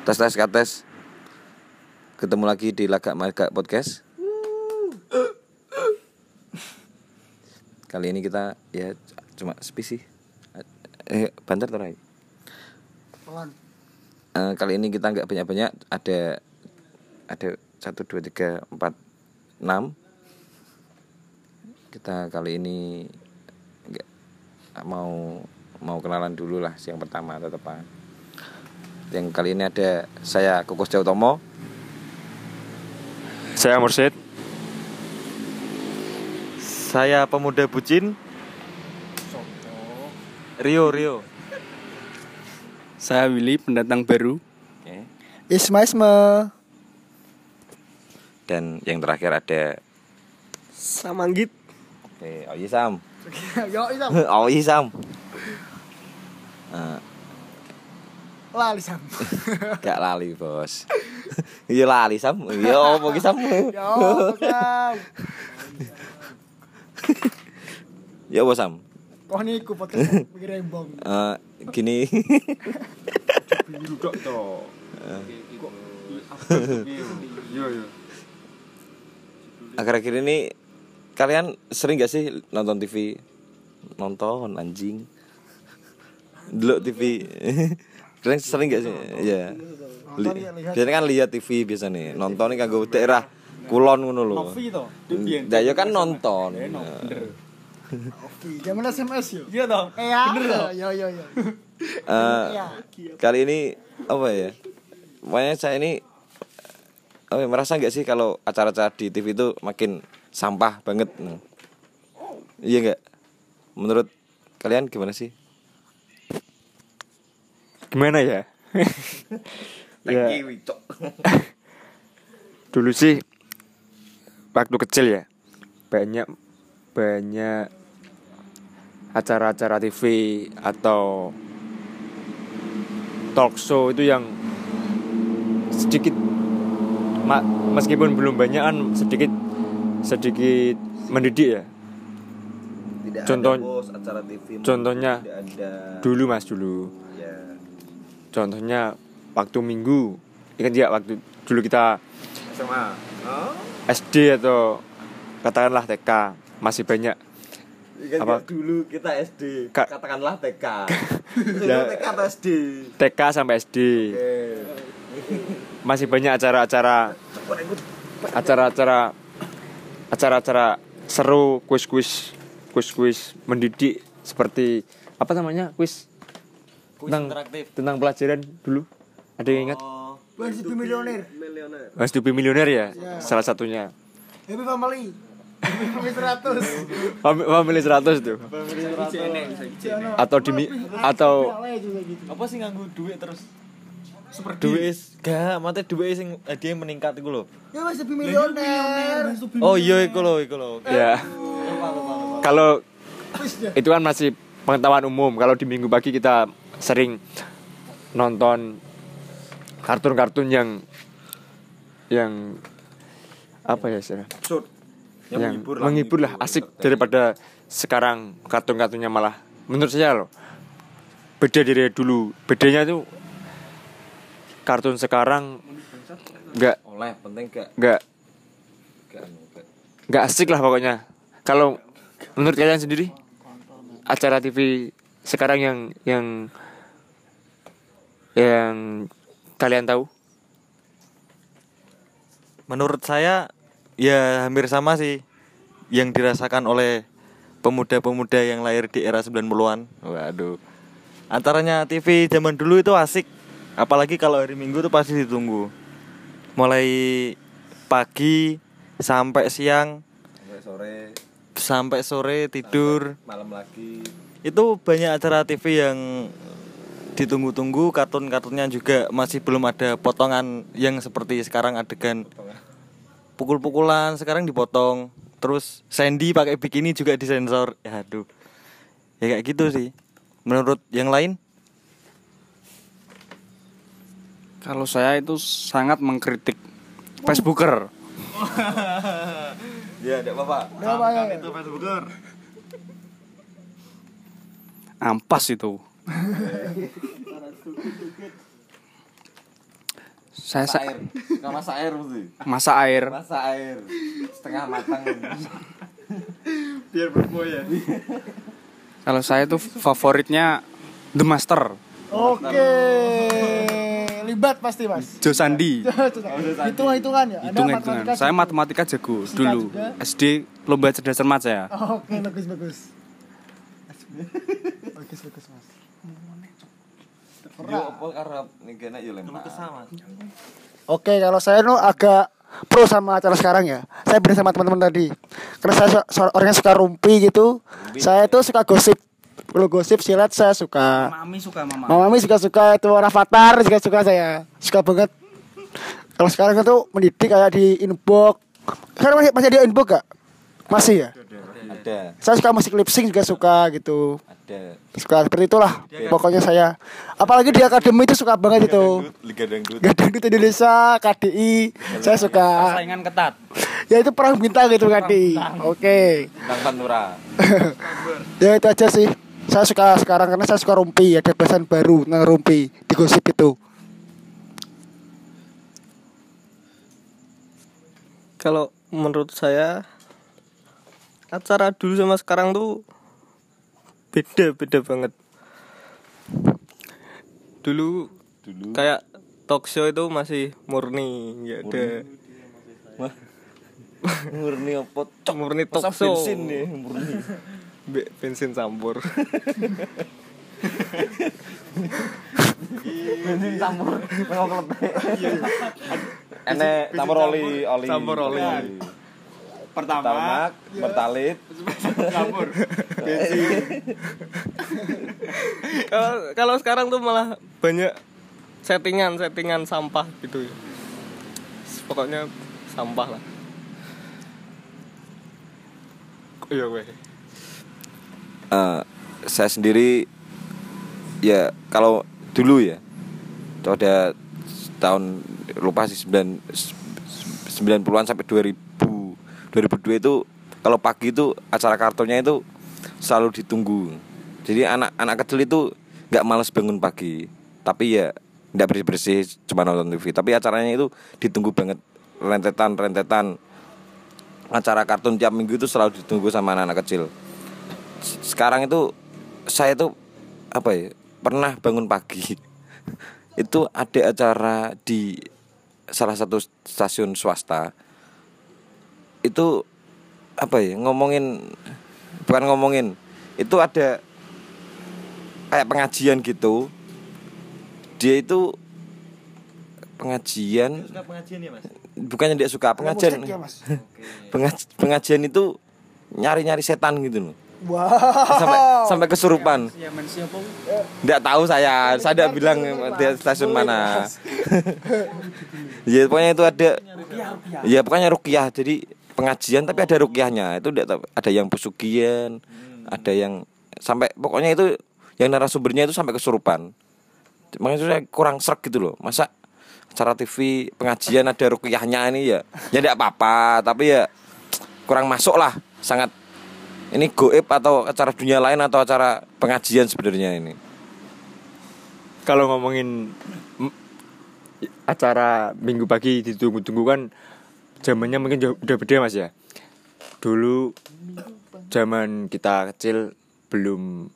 Tes kates. Ketemu lagi di Lagak Marga Podcast. Kali ini kita ya cuma sepi sih. Banter terai. Kali ini kita nggak banyak-banyak. Ada 1, 2, 3, 4, 6. Kita kali ini nggak mau kenalan dulu lah. Yang pertama tetepan. Yang kali ini ada saya Kukus Jautomo, saya Mursid, saya pemuda bucin, Rio. saya Willy, pendatang baru. okay. Isma. Dan yang terakhir ada Samanggit. Oyisam. Yo Isam. Oyisam. Lali Sam. Gak lali bos. Iya lali Sam. Iya apa ki Sam? Yo Sam. Ya apa Sam? Kok niku podcast mikir rembong. Gini. Duduk toh. Yo. Akhir-akhir ini kalian sering gak sih nonton TV? Nonton anjing. Delok TV. Kalian sering gak sih? Iya. Biasanya kan lihat TV biasanya. Nonton ini kanggo daerah kulon ngono lho. Novi to. Lah ya kan nonton. Bener. Zaman SMS yo. Iya toh. Bener toh. Yo. Kali ini apa ya? Pokoknya saya ini merasa gak sih kalau acara-acara di TV itu makin sampah banget. Iya gak? Menurut kalian gimana sih? Gimana ya? Ya. Dulu sih waktu kecil ya banyak acara-acara TV atau talk show itu yang sedikit meskipun belum banyak kan sedikit mendidik ya. Tidak Contoh- ada bos acara TV. contohnya tidak ada. dulu Ya. contohnya waktu Minggu ingat ya waktu dulu kita SMA. Oh? SD atau katakanlah TK masih banyak Ingat Apa? gak dulu kita SD. Kak- Katakanlah TK. Ya. TK atau SD? TK sampai SD masih banyak acara-acara seru, kuis mendidik seperti apa namanya kuis tentang pelajaran dulu ada yang ingat Happy Millionaire. Mas Dupi Milioner ya Ya. salah satunya Happy Family. Happy Family 100. Family 100 tuh atau Apa sih nganggu duit terus? Duit gak, mate duit sing dia meningkat iku lho. Ya Mas Happy Millionaire. Oh iya iku lho. ya kalau itu kan masih pengetahuan umum. Kalau di minggu pagi kita sering nonton kartun-kartun yang apa ya sih? Yang menghibur lah, asik daripada sekarang kartun-kartunnya malah menurut saya loh beda dari dulu. Bedanya tuh kartun sekarang Oleh penting nggak asik lah pokoknya. Kalau menurut kalian sendiri acara TV sekarang yang kalian tahu? Menurut saya ya hampir sama sih yang dirasakan oleh pemuda-pemuda yang lahir di era 90-an. Waduh. Antaranya TV zaman dulu itu asik. Apalagi kalau hari Minggu tuh pasti ditunggu. Mulai pagi sampai siang, sampai sore tidur. malam lagi. Itu banyak acara TV yang ditunggu-tunggu. Kartun-kartunnya juga masih belum ada potongan yang seperti sekarang adegan pukul-pukulan sekarang dipotong. Terus Sandy pakai bikini juga disensor. Ya aduh. Ya kayak gitu sih. Menurut yang lain? Kalau saya itu sangat mengkritik Facebooker. Ya, enggak apa-apa. Itu Facebooker. Ampas itu. Saya air. Enggak masak air mesti. masak air. Masak air. Setengah matang. Biar berbuaya. Kalau saya tuh favoritnya The Master, Oke. Libat pasti, Mas. Joe Sandi. Hitung-hitungan ya. Anda Hitung-hitungan. matematika Saya jago. matematika jago Fisika dulu. juga. SD lomba cerdas cermat saya. Oke, bagus. Bagus, Mas. Yo apa karep niki nek yo lempar. Oke, kalau saya nu agak pro sama acara sekarang ya. Saya beda sama teman-teman tadi. Karena saya orangnya suka rumpi gitu. Saya tuh suka gosip. Kalau gosip silat saya suka. Mami suka mama. Mami suka itu Rafathar juga suka saya. Suka banget. Kalau sekarang itu mendidik kayak di inbox. Sekarang masih ada di inbox gak? Masih ya? Ada. Saya suka musik lip sync juga suka gitu. Ada. Suka seperti itulah. Pokoknya saya. Apalagi di akademi itu suka banget itu. Liga Dangdut. Dangdut Indonesia, KDI, saya suka. Saingan ketat. Ya itu perang bintang gitu KDI. Oke. Tentang Pantura. Ya itu aja sih. Saya suka sekarang karena saya suka rumpi. Ada bahasan baru tentang rumpi di gosip itu. Kalau menurut saya acara dulu sama sekarang tuh beda banget. Dulu kayak talk show itu masih murni, nggak ada Murni apa? murni talk Masa show. bensin nih, murni. Bensin campur. Bensin campur. Memang kletek. Enek campur oli. Campur oli. Pertama bertalit. campur. Kalau sekarang tuh malah banyak settingan sampah gitu ya. Pokoknya sampah lah. Iya weh. Saya sendiri ya kalau dulu ya itu ada tahun lupa sih 90-an sampai 2002 itu kalau pagi itu acara kartunnya itu selalu ditunggu. Jadi anak kecil itu nggak malas bangun pagi, tapi ya nggak bersih cuma nonton TV. Tapi acaranya itu ditunggu banget, rentetan acara kartun tiap minggu itu selalu ditunggu sama anak-anak kecil. Sekarang itu saya tuh apa ya pernah bangun pagi itu ada acara di salah satu stasiun swasta itu apa ya bukan ngomongin itu ada kayak pengajian gitu. Dia itu pengajian ya, Mas? bukannya dia suka pengajian. Ya, Mas. Pengajian itu nyari setan gitu loh. Wow. Sampai kesurupan. Nggak tahu saya tidak bilang di stasiun mana. Ya pokoknya itu ada. Ya pokoknya ruqyah. Jadi pengajian tapi ada ruqyahnya. Itu ada yang pesugihan, ada yang sampai pokoknya itu yang narasumbernya itu sampai kesurupan. Makanya saya kurang sreg gitu loh. Masa acara TV pengajian ada ruqyahnya ini ya tidak apa-apa, tapi ya kurang masuk lah. Sangat ini goib atau acara dunia lain atau acara pengajian sebenarnya ini. Kalau ngomongin acara minggu pagi ditunggu-tunggu kan zamannya mungkin udah beda Mas ya. Dulu zaman kita kecil belum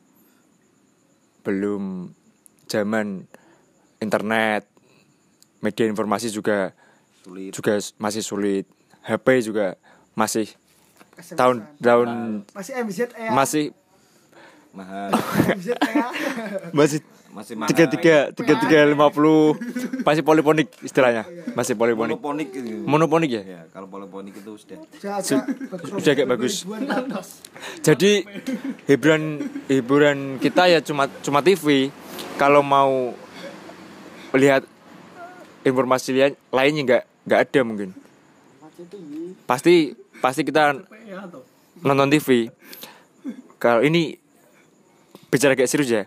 zaman internet, media informasi juga masih sulit, HP juga masih tahun masih MZ ya. masih Mahal. MZ ya. Masih mahal. 3350 masih poliponik istilahnya, masih poliponik. Monoponik ya? Ya, kalau poliponik itu sudah Sudah agak bagus. Jadi hiburan kita ya cuma TV. Kalau mau lihat informasi lainnya nggak ada mungkin. Pasti kita nonton TV. Kalau ini bicara kayak serius ya.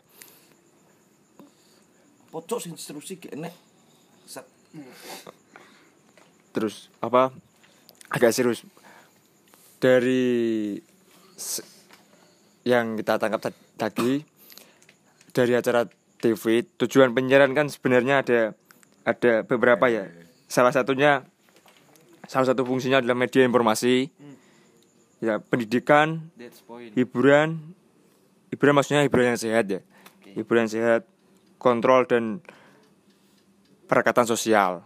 pocok sing terus iki enek. Terus apa? Agak serius. Dari yang kita tangkap tadi dari acara TV, tujuan penyiaran kan sebenarnya ada beberapa ya. Salah satu fungsinya adalah media informasi. Ya, pendidikan, hiburan maksudnya hiburan yang sehat ya. Hiburan sehat, kontrol dan perekatan sosial.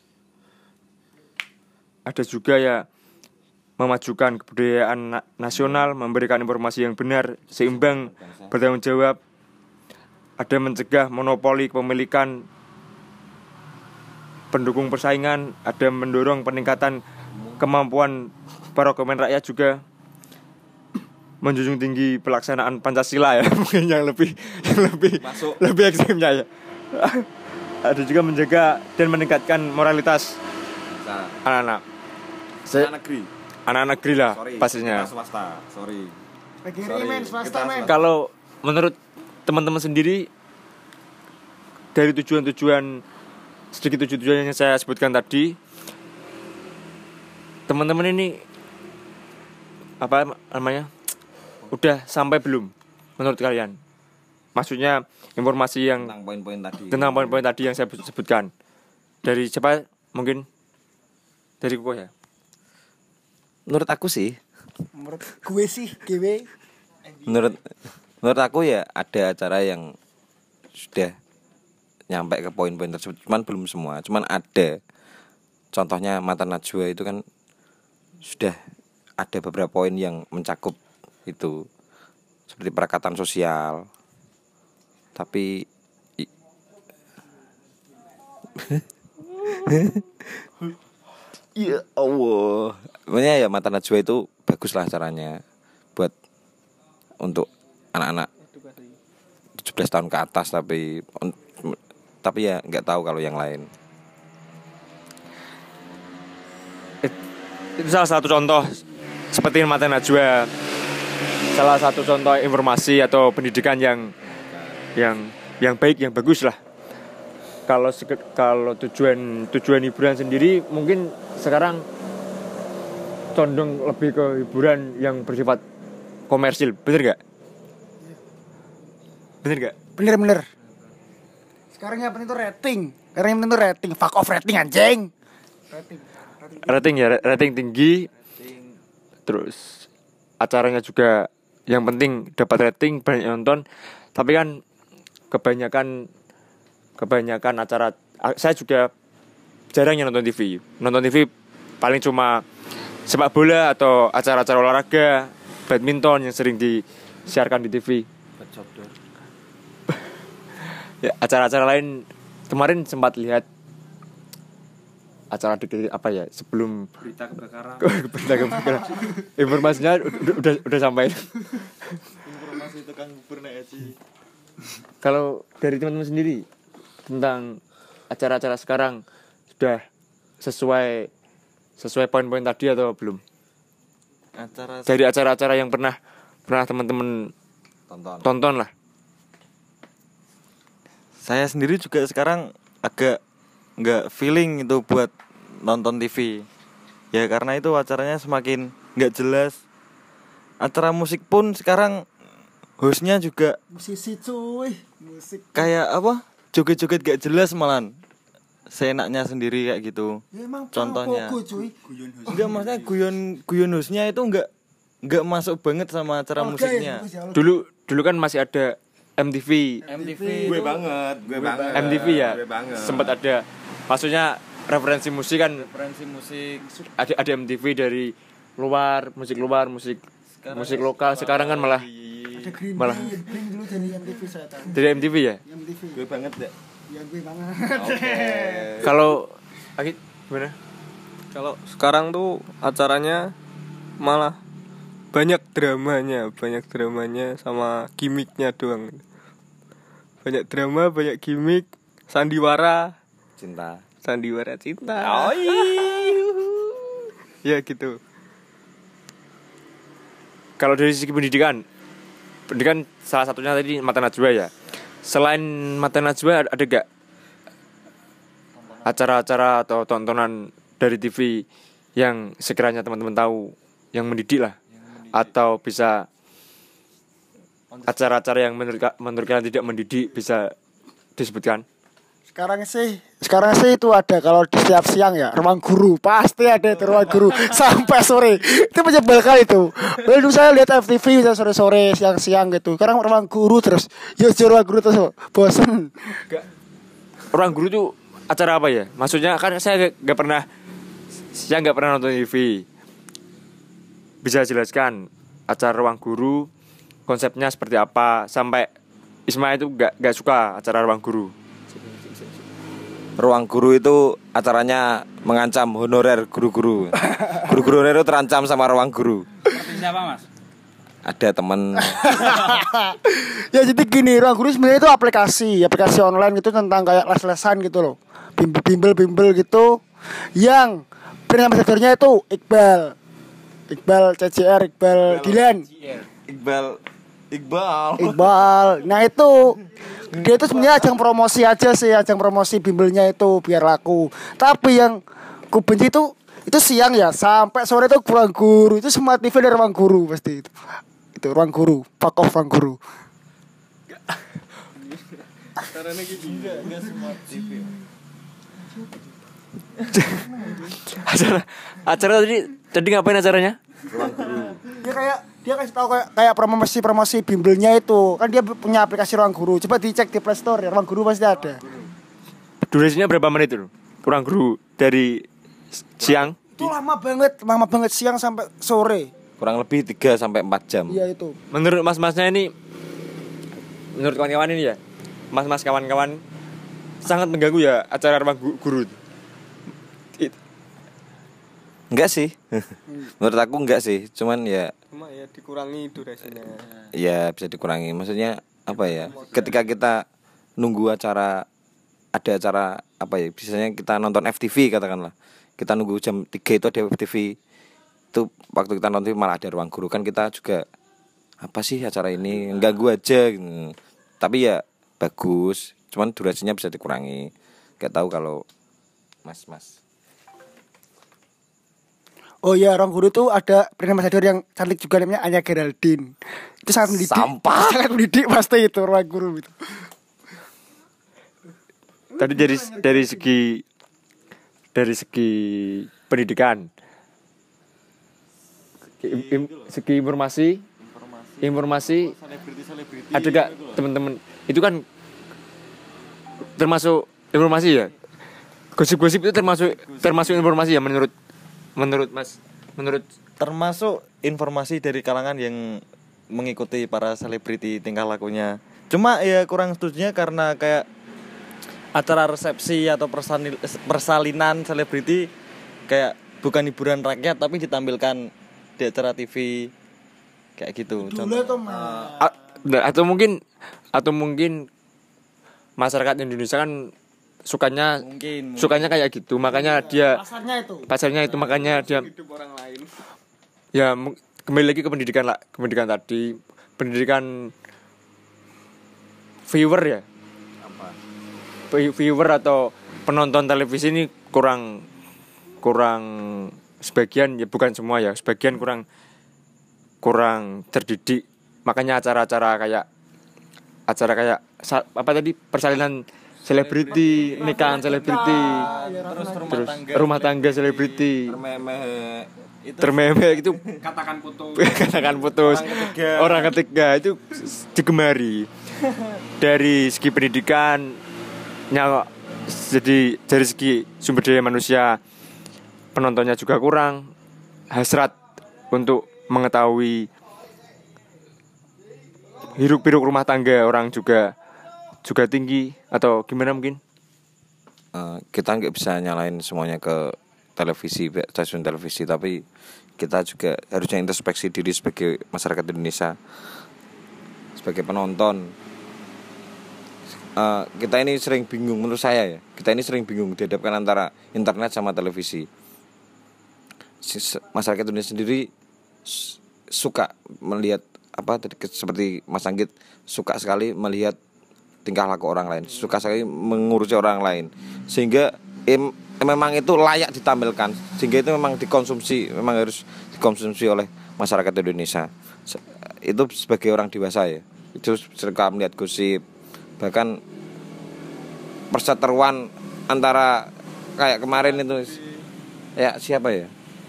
Ada juga ya memajukan kebudayaan nasional, memberikan informasi yang benar, seimbang, bertanggung jawab. Ada mencegah monopoli kepemilikan, pendukung persaingan, ada mendorong peningkatan kemampuan para komen rakyat juga, menjunjung tinggi pelaksanaan Pancasila ya, mungkin yang lebih ekstrimnya ya. Ada juga menjaga dan meningkatkan moralitas anak-anak. Anak negeri lah pastinya. Swasta, sorry. Kalau menurut teman-teman sendiri, dari tujuan yang saya sebutkan tadi, teman-teman ini apa namanya, udah sampai belum menurut kalian? Maksudnya informasi yang tentang poin-poin tadi yang saya sebutkan. Dari siapa? Mungkin dari Koko ya. Menurut aku sih, GW. menurut aku ya ada acara yang sudah nyampe ke poin-poin tersebut, cuman belum semua, cuman ada. Contohnya Mata Najwa itu kan sudah ada beberapa poin yang mencakup itu, seperti perekatan sosial. Tapi ya Allah, makanya ya Mata Najwa itu baguslah caranya buat untuk anak-anak 17 tahun ke atas, tapi ya nggak tahu kalau yang lain. Itu salah satu contoh seperti Mata Najwa, salah satu contoh informasi atau pendidikan yang baik, yang bagus lah. Kalau tujuan hiburan sendiri mungkin sekarang condong lebih ke hiburan yang bersifat komersil, bener gak? Bener. Sekarang yang penting tuh rating. Fuck off rating anjing. Rating tinggi. Terus acaranya juga yang penting dapat rating, banyak nonton. Tapi kan kebanyakan acara, saya juga jarang yang nonton TV. Nonton TV paling cuma sepak bola atau acara-acara olahraga, badminton yang sering disiarkan di TV. Ya, acara-acara lain kemarin sempat lihat acara apa ya, sebelum berita kebakaran. Informasinya udah sampai. Informasi tukang bubur naik haji. Kalau dari teman-teman sendiri tentang acara-acara sekarang sudah sesuai poin-poin tadi atau belum? Dari acara-acara yang pernah teman-teman tonton lah. Saya sendiri juga sekarang agak nggak feeling itu buat nonton TV. Ya karena itu acaranya semakin nggak jelas. Acara musik pun sekarang hostnya juga musisi cuy, musik kayak apa? Joget-joget gak jelas malahan. Seenaknya sendiri kayak gitu. Ya, contohnya. Enggak, maksudnya guyon hostnya itu enggak masuk banget sama acara musiknya. Dulu kan masih ada MTV. Gue banget. MTV ya. Sempat ada. Maksudnya referensi musik kan. Ada MTV dari luar, musik lokal. Sekarang kan malah Green dulu dari MTV saya tahu. Dari MTV ya? MTV. Gue banget deh. Ya gue banget. Kalau Agit gimana? Kalau sekarang tuh acaranya malah banyak dramanya sama gimmicknya doang. Banyak drama, banyak gimmick, sandiwara cinta. Oh, ya gitu. Kalau dari segi pendidikan salah satunya tadi Mata Najwa ya. Selain Mata Najwa ada gak acara-acara atau tontonan dari TV yang sekiranya teman-teman tahu yang mendidik lah, atau bisa acara-acara yang menurut kalian tidak mendidik bisa disebutkan? Sekarang sih itu ada kalau di setiap siang ya ruang guru pasti ada itu ruang guru sampai sore itu menyebalkan itu. Dulu saya lihat FTV bisa sore-sore siang-siang gitu. Sekarang ruang guru terus ya ruang guru terus bosen. Ruang guru tuh acara apa ya? Maksudnya kan saya nggak pernah nonton TV. Bisa jelaskan acara ruang guru konsepnya seperti apa sampai Isma itu gak suka acara ruang guru. Ruang guru itu acaranya mengancam honorer guru-guru. Guru-guru honorer itu terancam sama ruang guru. Seperti siapa mas? Ada teman. Ya jadi gini, ruang guru sebenarnya itu aplikasi online gitu tentang kayak les-lesan gitu loh. Bimbel gitu yang brand ambassadornya itu Iqbal CCR, Iqbal Dilan. Iqbal. Nah itu dia itu sebenarnya ajang promosi aja sih, ajang promosi bimbelnya itu biar laku. Tapi yang ku benci itu siang ya sampai sore itu ruang guru. Itu semua TV dari ruang guru pasti itu. Itu ruang guru, fuck off ruang guru. Caranya gitu enggak smart TV. Acara tadi ngapain acaranya? Dia kasih tahu kayak promosi bimbelnya itu. Kan dia punya aplikasi ruang guru. Coba dicek di Play Store ya, ruang guru pasti ada. Durasinya berapa menit itu? Ruang guru dari siang? Itu lama banget siang sampai sore. Kurang lebih 3 sampai 4 jam. Iya itu. Menurut mas-masnya ini, menurut kawan-kawan ini ya, mas-mas kawan-kawan sangat mengganggu ya acara ruang guru. Enggak sih. Menurut aku enggak sih. Cuma ya dikurangi durasinya. Ya bisa dikurangi. Maksudnya apa ya? Ketika kita nunggu ada acara apa ya? Biasanya kita nonton FTV katakanlah. Kita nunggu jam 3 itu ada FTV. Itu waktu kita nonton malah ada ruang guru kan kita juga apa sih acara ini? Ganggu aja gitu. Tapi ya bagus. Cuman durasinya bisa dikurangi. Gak tahu kalau mas-mas. Oh iya, ruang guru tuh ada brand ambassador yang cantik juga namanya Anya Geraldine. Itu sangat mendidik. Sampah. Sangat mendidik pasti itu ruang guru itu. Tadi dari segi pendidikan, segi informasi ada gak teman-teman itu kan termasuk informasi ya? Gosip-gosip itu termasuk informasi ya menurut Mas, termasuk informasi dari kalangan yang mengikuti para selebriti tingkah lakunya. Cuma ya kurang setujunya karena kayak acara resepsi atau persalinan selebriti kayak bukan hiburan rakyat tapi ditampilkan di acara TV kayak gitu. Atau mungkin masyarakat Indonesia kan sukanya kayak gitu, makanya dia pasarnya itu makanya dia Orang lain. ya kembali lagi ke pendidikan tadi, pendidikan viewer ya, viewer atau penonton televisi ini kurang sebagian ya, bukan semua ya, sebagian kurang terdidik, makanya acara kayak apa tadi, persalinan selebriti, nikahan selebriti, terus rumah tangga selebriti, termeme itu Katakan putus orang ketiga itu digemari. Dari segi pendidikannya, jadi dari segi sumber daya manusia penontonnya juga kurang, hasrat untuk mengetahui hiruk-pikuk rumah tangga orang juga tinggi, atau gimana mungkin? Kita nggak bisa nyalain semuanya ke stasiun televisi, tapi kita juga harusnya introspeksi diri sebagai masyarakat Indonesia, sebagai penonton. Kita ini sering bingung, menurut saya ya, kita ini sering bingung dihadapkan antara internet sama televisi. Masyarakat Indonesia sendiri suka melihat seperti Mas Anggit suka sekali melihat tingkah laku orang lain, suka sekali mengurusi orang lain, sehingga memang itu layak ditampilkan, sehingga itu memang harus dikonsumsi oleh masyarakat Indonesia. Itu sebagai orang dewasa ya, itu suka melihat gosip, bahkan perseteruan antara kayak kemarin itu ya siapa ya?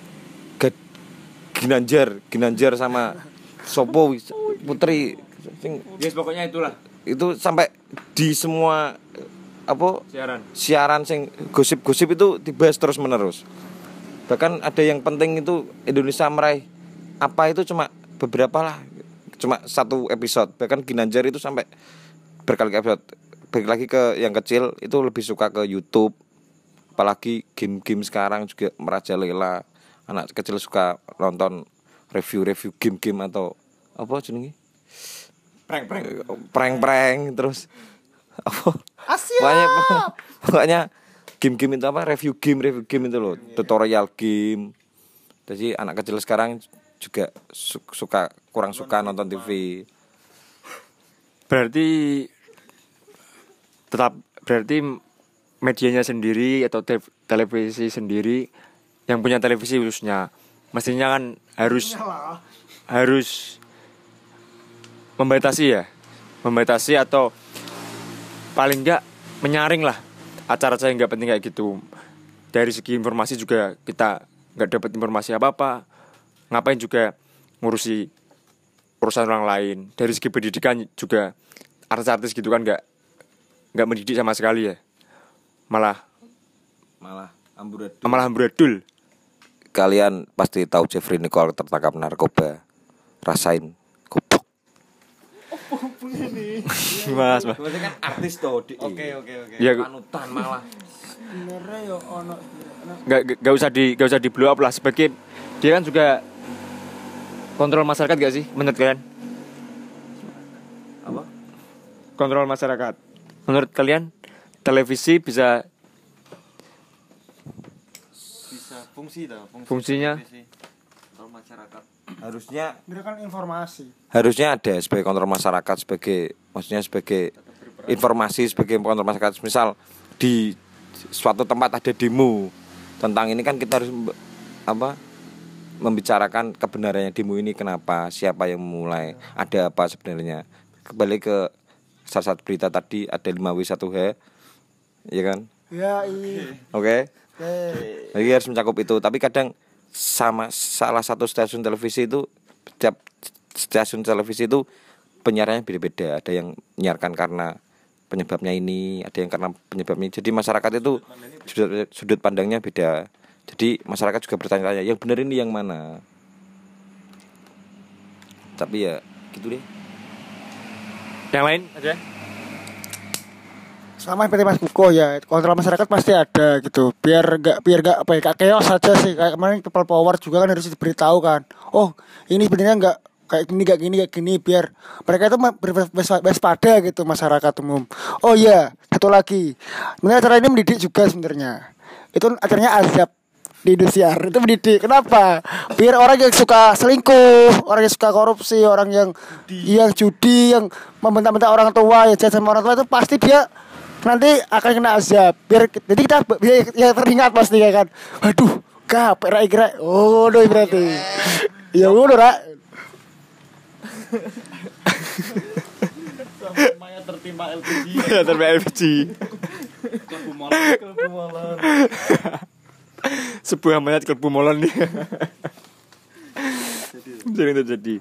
Ginanjar sama Sopo Putri Yes, pokoknya itulah. itu sampai di semua apa Siaran. sing gosip-gosip itu dibahas terus menerus. Bahkan ada yang penting itu Indonesia meraih apa itu cuma beberapa lah, cuma satu episode. Bahkan Ginanjar itu sampai berkali-kali episode. Balik lagi ke yang kecil itu lebih suka ke YouTube. Apalagi game-game sekarang juga merajalela. Anak kecil suka nonton review game-game atau apa jenenge? Prank terus apa? Pokoknya game-game itu apa? Review game itu loh, tutorial game. Jadi anak kecil sekarang juga kurang suka nonton TV. Berarti medianya sendiri atau televisi sendiri yang punya televisi khususnya mestinya kan harus membatasi atau paling enggak menyaring lah acara-acara yang nggak penting kayak gitu. Dari segi informasi juga kita nggak dapat informasi apa-apa, ngapain juga ngurusi urusan orang lain. Dari segi pendidikan juga artis-artis gitu kan nggak mendidik sama sekali ya, malah amburadul. Kalian pasti tahu Jeffrey Nicole tertangkap narkoba. Rasain goblok. Mas. Maksudnya kan artis toh. Oke. Ya, panutan malah. Gak usah di blow up lah, sebagai dia kan juga kontrol masyarakat gak sih menurut kalian? Apa? Kontrol masyarakat. Menurut kalian televisi bisa fungsinya kontrol masyarakat. Harusnya ada sebagai kontrol masyarakat, sebagai informasi, sebagai kontrol masyarakat. Misal di suatu tempat ada demo tentang ini kan kita harus membicarakan kebenarannya demo ini, kenapa, siapa yang memulai, ada apa sebenarnya. Kembali ke salah satu berita tadi, ada 5W1H, ya kan? Ya, iya. Oke. Jadi harus mencakup itu. Tapi kadang sama salah satu stasiun televisi itu, setiap stasiun televisi itu penyiarannya beda-beda. Ada yang menyiarkan karena penyebabnya ini, ada yang karena penyebabnya. Jadi masyarakat itu sudut pandangnya beda. Jadi masyarakat juga bertanya-tanya, yang benar ini yang mana? Tapi ya gitu deh. yang lain ada? Sama seperti Mas Buko ya, kontrol masyarakat pasti ada gitu. Biar gak apa ya, gak chaos saja sih. Kayak kemarin people power juga kan harus diberitahu kan. Oh, ini sebenarnya gak kayak gini biar mereka itu berwaspada gitu, masyarakat umum. Oh iya, satu lagi. Sebenarnya acara ini mendidik juga sebenarnya. Itu acaranya Azab di Indosiar. Itu mendidik. Kenapa? Biar orang yang suka selingkuh, orang yang suka korupsi, orang yang judi, yang membentak-bentak orang tua, yang jahat sama orang tua, itu pasti dia nanti akan kena azab. Biar jadi kita ya teringat pasti ya kan. Waduh, kapek ra kira. Oh, doi berarti. Ya ngono ra. Mayat tertimpa LPG. Kelebu molon. Sebuah mayat kelebu molon nih. Jadi.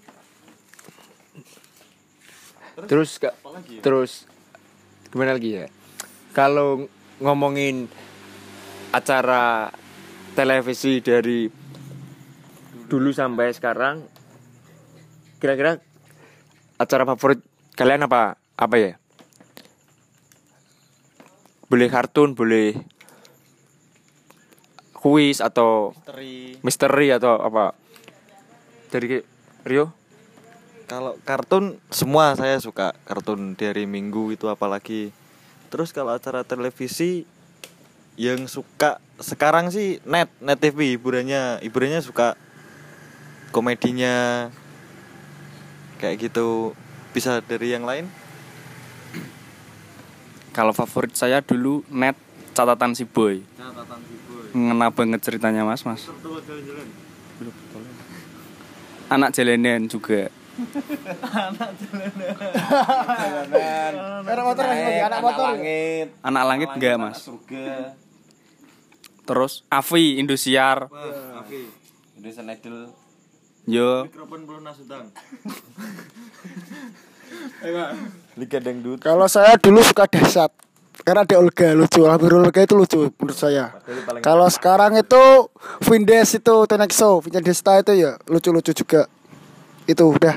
Terus gimana lagi ya? Kalau ngomongin acara televisi dari dulu sampai sekarang, kira-kira acara favorit kalian apa ya? Boleh kartun, boleh kuis atau misteri atau apa? Dari Rio? Kalau kartun semua saya suka, kartun dari Minggu itu apalagi. Terus kalau acara televisi yang suka sekarang sih net TV, hiburannya suka komedinya kayak gitu. Bisa dari yang lain? Kalau favorit saya dulu net catatan si boy. Ngena banget ceritanya mas. Anak jalanan juga. Anak motor Mas, anak motor. Langit. Anak langit enggak, Mas. Surga. Terus Avi Indosiar. Afi. Indonesian Idol. Yo. Mikrofon belum nasutang. Liga Dangdut. Kalau saya dulu suka Dahsyat. Karena ada Olga lucu, Alhamdulillah Olga itu lucu menurut saya. Kalau sekarang itu Vindes itu Tenexo, Vindes Desta itu ya lucu-lucu juga. Itu udah.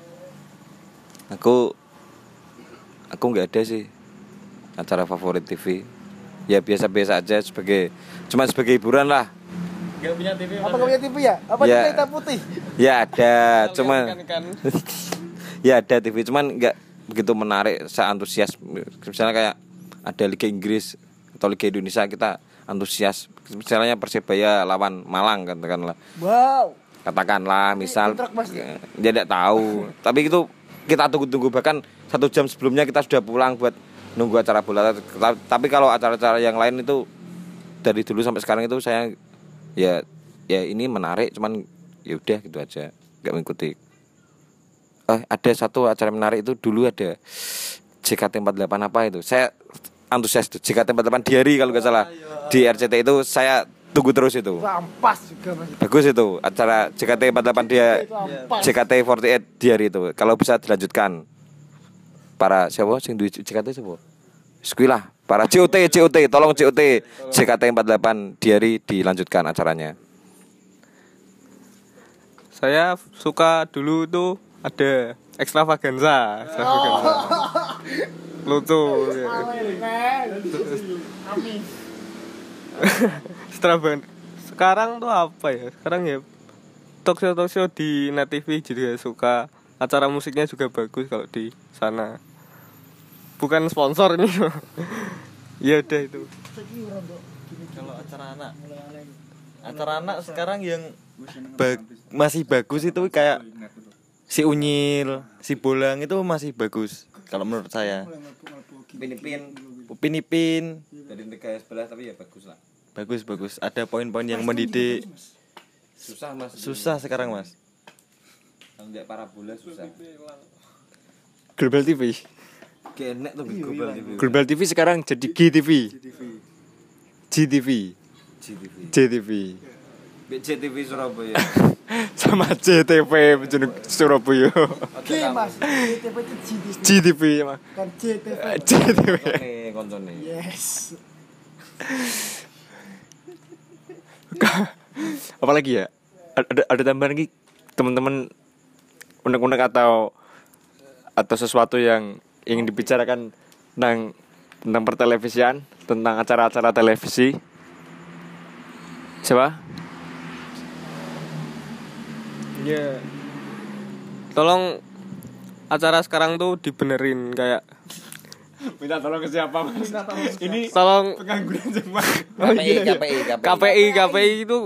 Aku nggak ada sih acara favorit TV. Ya biasa-biasa aja cuma sebagai hiburan lah. Gak punya TV. Apa nggak punya TV ya? Apa Ya. TV hitam putih? Ya ada, cuma Ikan-ikan. ya ada TV, cuman nggak begitu menarik, saya antusias. Misalnya kayak ada Liga Inggris atau Liga Indonesia kita antusias. Misalnya Persebaya lawan Malang katakanlah. Wow. Katakanlah misal kontrak, Mas. ya tidak tahu. Tapi itu kita tunggu-tunggu, bahkan 1 jam sebelumnya kita sudah pulang buat nunggu acara bola. Tapi kalau acara-acara yang lain itu dari dulu sampai sekarang itu saya ya ini menarik, cuman ya udah gitu aja, nggak mengikuti. Ada satu acara menarik itu dulu ada JKT48 apa itu. Saya antusias tuh JKT48 Diary kalau nggak salah di RCTI itu, saya tunggu terus itu. Ampas juga Mas. Bagus itu acara JKT48 dia JKT48 Diary itu. Kalau bisa dilanjutkan. Para siapa sing duwe JKT siapa? Skuilah, para COT tolong COT JKT48 Diary dilanjutkan acaranya. Saya suka dulu tuh ada Extravaganza. Lucu. Extravaganza. Sekarang tuh apa ya? Sekarang ya talk show di Net TV juga suka. Acara musiknya juga bagus kalau di sana. Bukan sponsor ini. Ya udah itu. Kalau acara anak sekarang yang masih bagus itu kayak si Unyil, si Bolang itu masih bagus kalau menurut saya. Upin Ipin Dari negara sebelah tapi ya bagus lah. bagus, ada poin-poin yang mendidik. Susah Mas. Susah sekarang Mas. Kalau enggak parabola susah. Global TV. Enak tuh Global TV. Global TV sekarang jadi GTV. GTV. JTV. BCTV Surabaya. Sama JTV Surabaya. Oke Mas. JTV itu GTV. GTV mah. Kan JTV. JTV. Koncone. Yes. Apalagi ya? Ada tambahan lagi teman-teman, unek-unek atau sesuatu yang ingin dibicarakan tentang pertelevisian, tentang acara-acara televisi. Siapa? Ya. Tolong acara sekarang tuh dibenerin kayak Minta tolong ke siapa Mas? Ini tolong pengangguran semua. KPI itu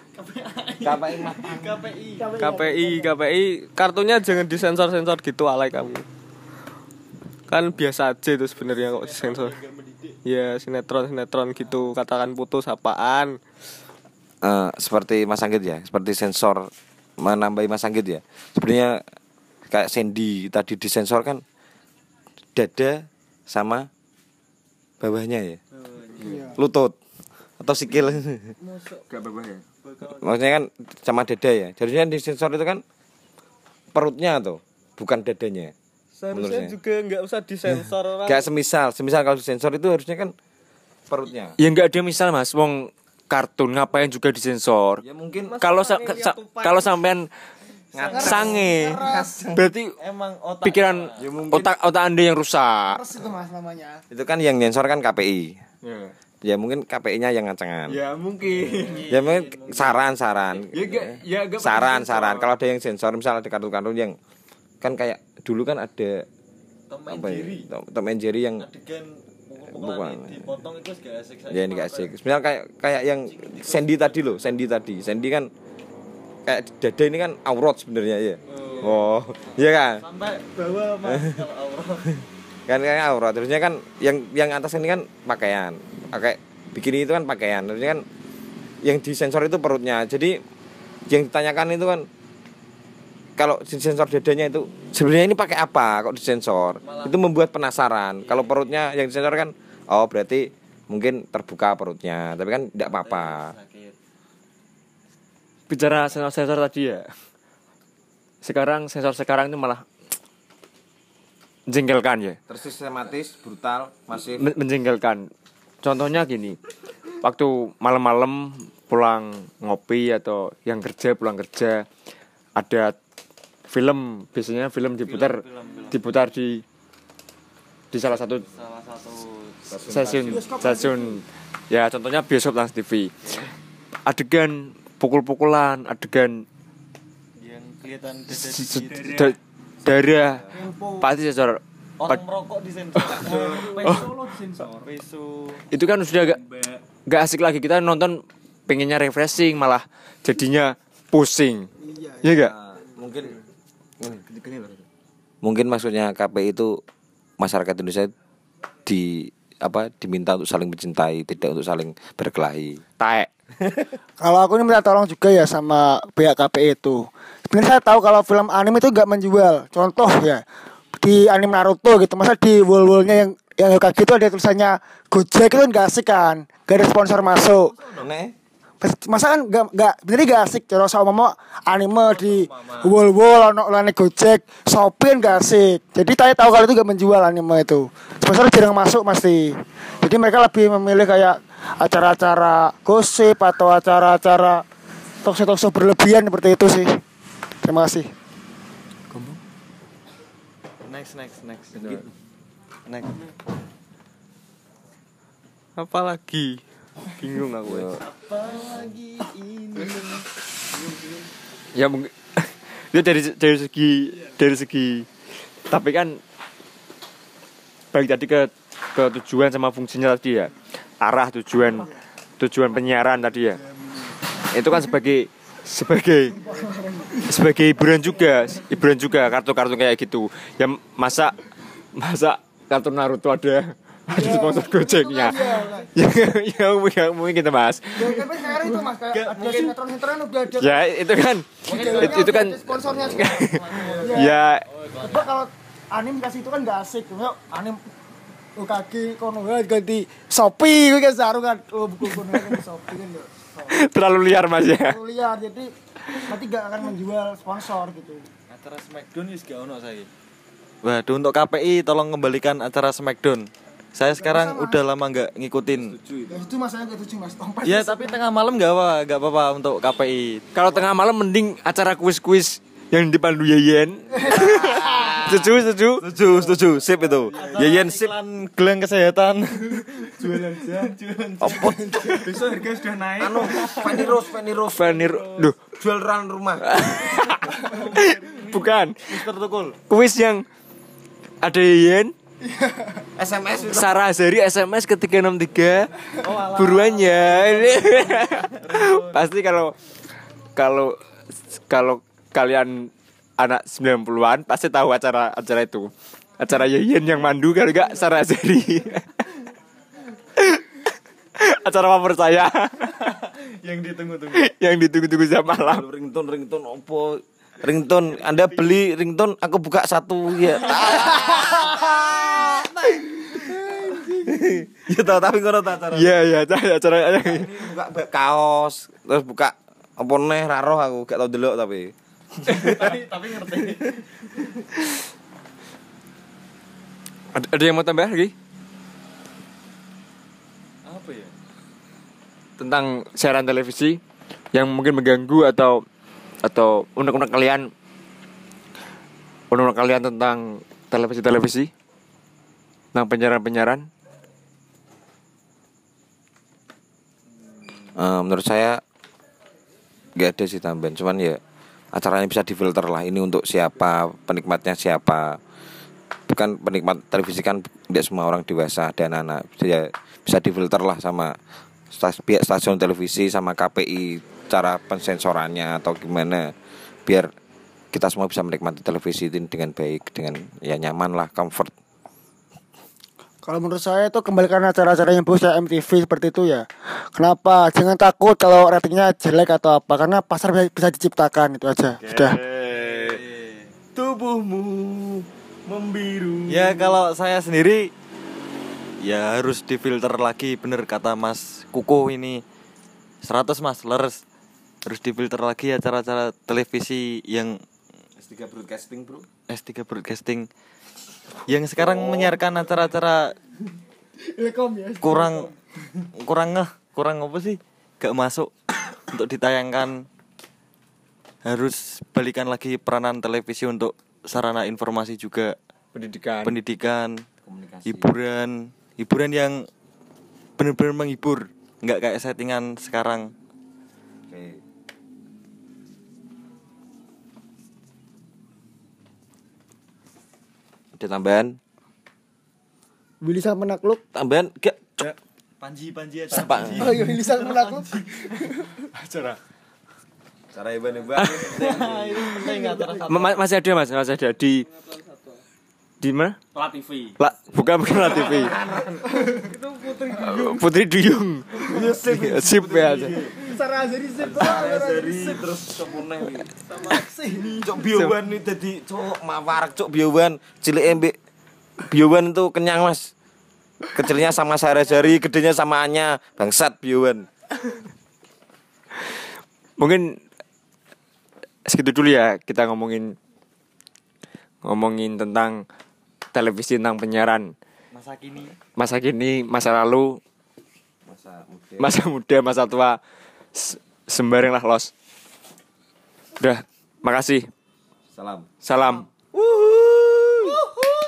KPI kartunya jangan disensor-sensor gitu, alay kamu. Kan biasa aja itu sebenarnya kok disensor. Ya sinetron gitu, katakan putus apaan. Seperti Mas Anggit ya, seperti sensor menambahi Mas Anggit ya. Sebenarnya kayak Sandy tadi disensor kan dada sama bawahnya ya. Lutut atau sikil. Gak apa-apa ya. Maksudnya kan sama dada ya. Jadinya disensor itu kan perutnya tuh, bukan dadanya. Seharusnya juga nggak usah disensor orang. Kayak semisal kalau disensor itu harusnya kan perutnya. Ya nggak ada misal Mas, wong kartun ngapain juga disensor. Ya mungkin Kalau kalau sampean sange, berarti Emang otak pikiran otak Anda yang rusak. Terus itu Mas namanya. itu kan yang nyensor kan KPI. Ya mungkin KPI-nya yang ngancengan. Ya mungkin. Ya mungkin saran. Saran. Kalau ada yang sensor misal ada kartun-kartun yang kan kayak dulu kan ada Tom apa ya? Tom and Jerry yang adegan Bukan. dipotong itu gak asik. ya ini gak asik. Misal kayak yang Sandy tadi loh, Sandy kan kayak dada ini kan aurat sebenarnya ya. Oh, iya kan? Sampai bawah Mas kalau aurat. Kan kayak aurat. Terusnya kan yang atas ini kan pakaian. Pakai bikini itu kan pakaian. Terusnya kan yang disensor itu perutnya. Jadi yang ditanyakan itu kan kalau disensor dadanya itu sebenarnya ini pakai apa kok disensor? Itu membuat penasaran. Kalau perutnya yang disensor kan oh berarti mungkin terbuka perutnya, tapi kan tidak apa-apa. Bicara sensor tadi ya. Sekarang sensor sekarang itu malah menjengkelkan ya. Tersistematis, brutal, masif. Menjengkelkan. Contohnya gini. Waktu malam-malam pulang ngopi atau yang kerja pulang kerja ada film, biasanya film diputar di salah satu stasiun ya, contohnya bioskop Trans TV. Adegan pukul-pukulan, adegan yang kelihatan darah pasti sensor. Orang merokok disensor. Peso. Itu kan sudah gak asik lagi, kita nonton pengennya refreshing malah jadinya pusing. Iya gak? Mungkin maksudnya KPI itu masyarakat Indonesia diminta untuk saling mencintai, tidak untuk saling berkelahi. Taek. Kalau aku ini minta tolong juga ya sama pihak KPI itu. Sebenarnya saya tahu kalau film anime itu gak menjual. Contoh ya di anime Naruto gitu, masa di wall-wallnya yang Hokage itu ada tulisannya Gojek, itu kan gak asik kan, gak ada sponsor masuk. Masa kan gak bener gak asik. Cara sama mau anime di wall-wall ono lane Gojek, Shopee gak asik. Jadi saya tahu kalau itu gak menjual anime itu. Sponsor jarang masuk pasti. Jadi mereka lebih memilih kayak acara-acara gosip atau acara-acara talkshow berlebihan seperti itu sih. Terima kasih. Next. Apalagi bingung aku ya. Ya mungkin itu dari segi tapi kan balik tadi ke tujuan sama fungsinya tadi ya, arah tujuan penyiaran tadi ya, itu kan sebagai hiburan juga kartu-kartu kayak gitu ya. Masa kartu Naruto ada sponsor Gojeknya yang mungkin kita bahas ya, itu kan sponsornya ya. Kalau anime kasih itu kan gak asik. Anime Hokage Konoha ganti Shopee kan saru kan buku Konoha Shopee kan terlalu liar mas ya. Terlalu liar, jadi nanti gak akan menjual sponsor gitu. Acara Smackdown wis gak ono saiki. Waduh, untuk KPI tolong kembalikan acara Smackdown. Saya sekarang udah lama nggak ngikutin. Itu masalahnya gak setuju mas. Ya tapi tengah malam nggak apa-apa untuk KPI. Kalau tengah malam mending acara kuis-kuis yang dipandu Yeyen. Setuju, sip itu. Yeyen sip. Gelang kesehatan. Jualan Apa? besok harga sudah naik. Fanny Duh, Jual ran rumah. bukan. Mister Tukul. Kuis yang ada Yeyen, SMS itu. Sarah Azhari SMS ke 363. Buruan ya. Pasti kalau kalian anak 90-an pasti tahu acara itu. Acara Yeyen yang mandu kalau enggak Sarah Azhari. Acara favorit saya. Yang ditunggu-tunggu. Yang ditunggu-tunggu jam malam. Ringtone opo? Ringtone, Anda beli ringtone, aku buka satu ya. Ya tahu tapi ngono ta acara. Iya, acara Buka kaos, terus buka apa neh ra roh aku gak tau delok tapi. tapi ngerti. Ada yang mau tambah lagi? Apa ya? Tentang siaran televisi yang mungkin mengganggu atau unek-unek kalian tentang televisi tentang penyiaran. Menurut saya gak ada sih tambahan, cuman ya acaranya bisa difilter lah, ini untuk siapa, penikmatnya siapa. Bukan penikmat televisi kan tidak semua orang dewasa dan anak, bisa difilter lah sama pihak stasiun televisi sama KPI, cara pensensorannya atau gimana, biar kita semua bisa menikmati televisi ini dengan baik, dengan ya nyaman lah, comfort. Kalau menurut saya itu kembalikan acara-acara yang bagus ya, MTV seperti itu ya. Kenapa? Jangan takut kalau ratingnya jelek atau apa, karena pasar bisa diciptakan, itu aja. Sudah. tubuhmu membiru. Ya kalau saya sendiri ya harus difilter lagi, bener kata Mas Kuko ini 100 Mas leres. Harus difilter lagi acara-acara televisi yang S3 Broadcasting, Bro. S3 Broadcasting yang sekarang menyiarkan acara-acara kurang apa sih? Gak masuk untuk ditayangkan. Harus balikan lagi peranan televisi untuk sarana informasi juga, pendidikan, Komunikasi. hiburan yang benar-benar menghibur, nggak kayak settingan sekarang. Oke. Ada tambahan? Willy sang penakluk. Tambahan gak? Panji aja. Oh iya, Willy sang penakluk. Cara hebat-hebat. Masih ada Mas, masih ada di mana? La TV. Bukan La TV. Putri Duyung. Sip ya. Sarah jadi sip. Terus sempurna iki. Cok Biowan ini dadi cok mawarak cok Biowan. Cilik embek Biowan itu kenyang Mas. Kecilnya sama Sarah-Jari, gedenya sama Anya. Bangsat Biowan. Mungkin segitu dulu ya kita ngomongin tentang televisi, tentang penyiaran masa kini, masa lalu, masa muda, masa tua, sembarang lah los. Udah, makasih. Salam. Salam.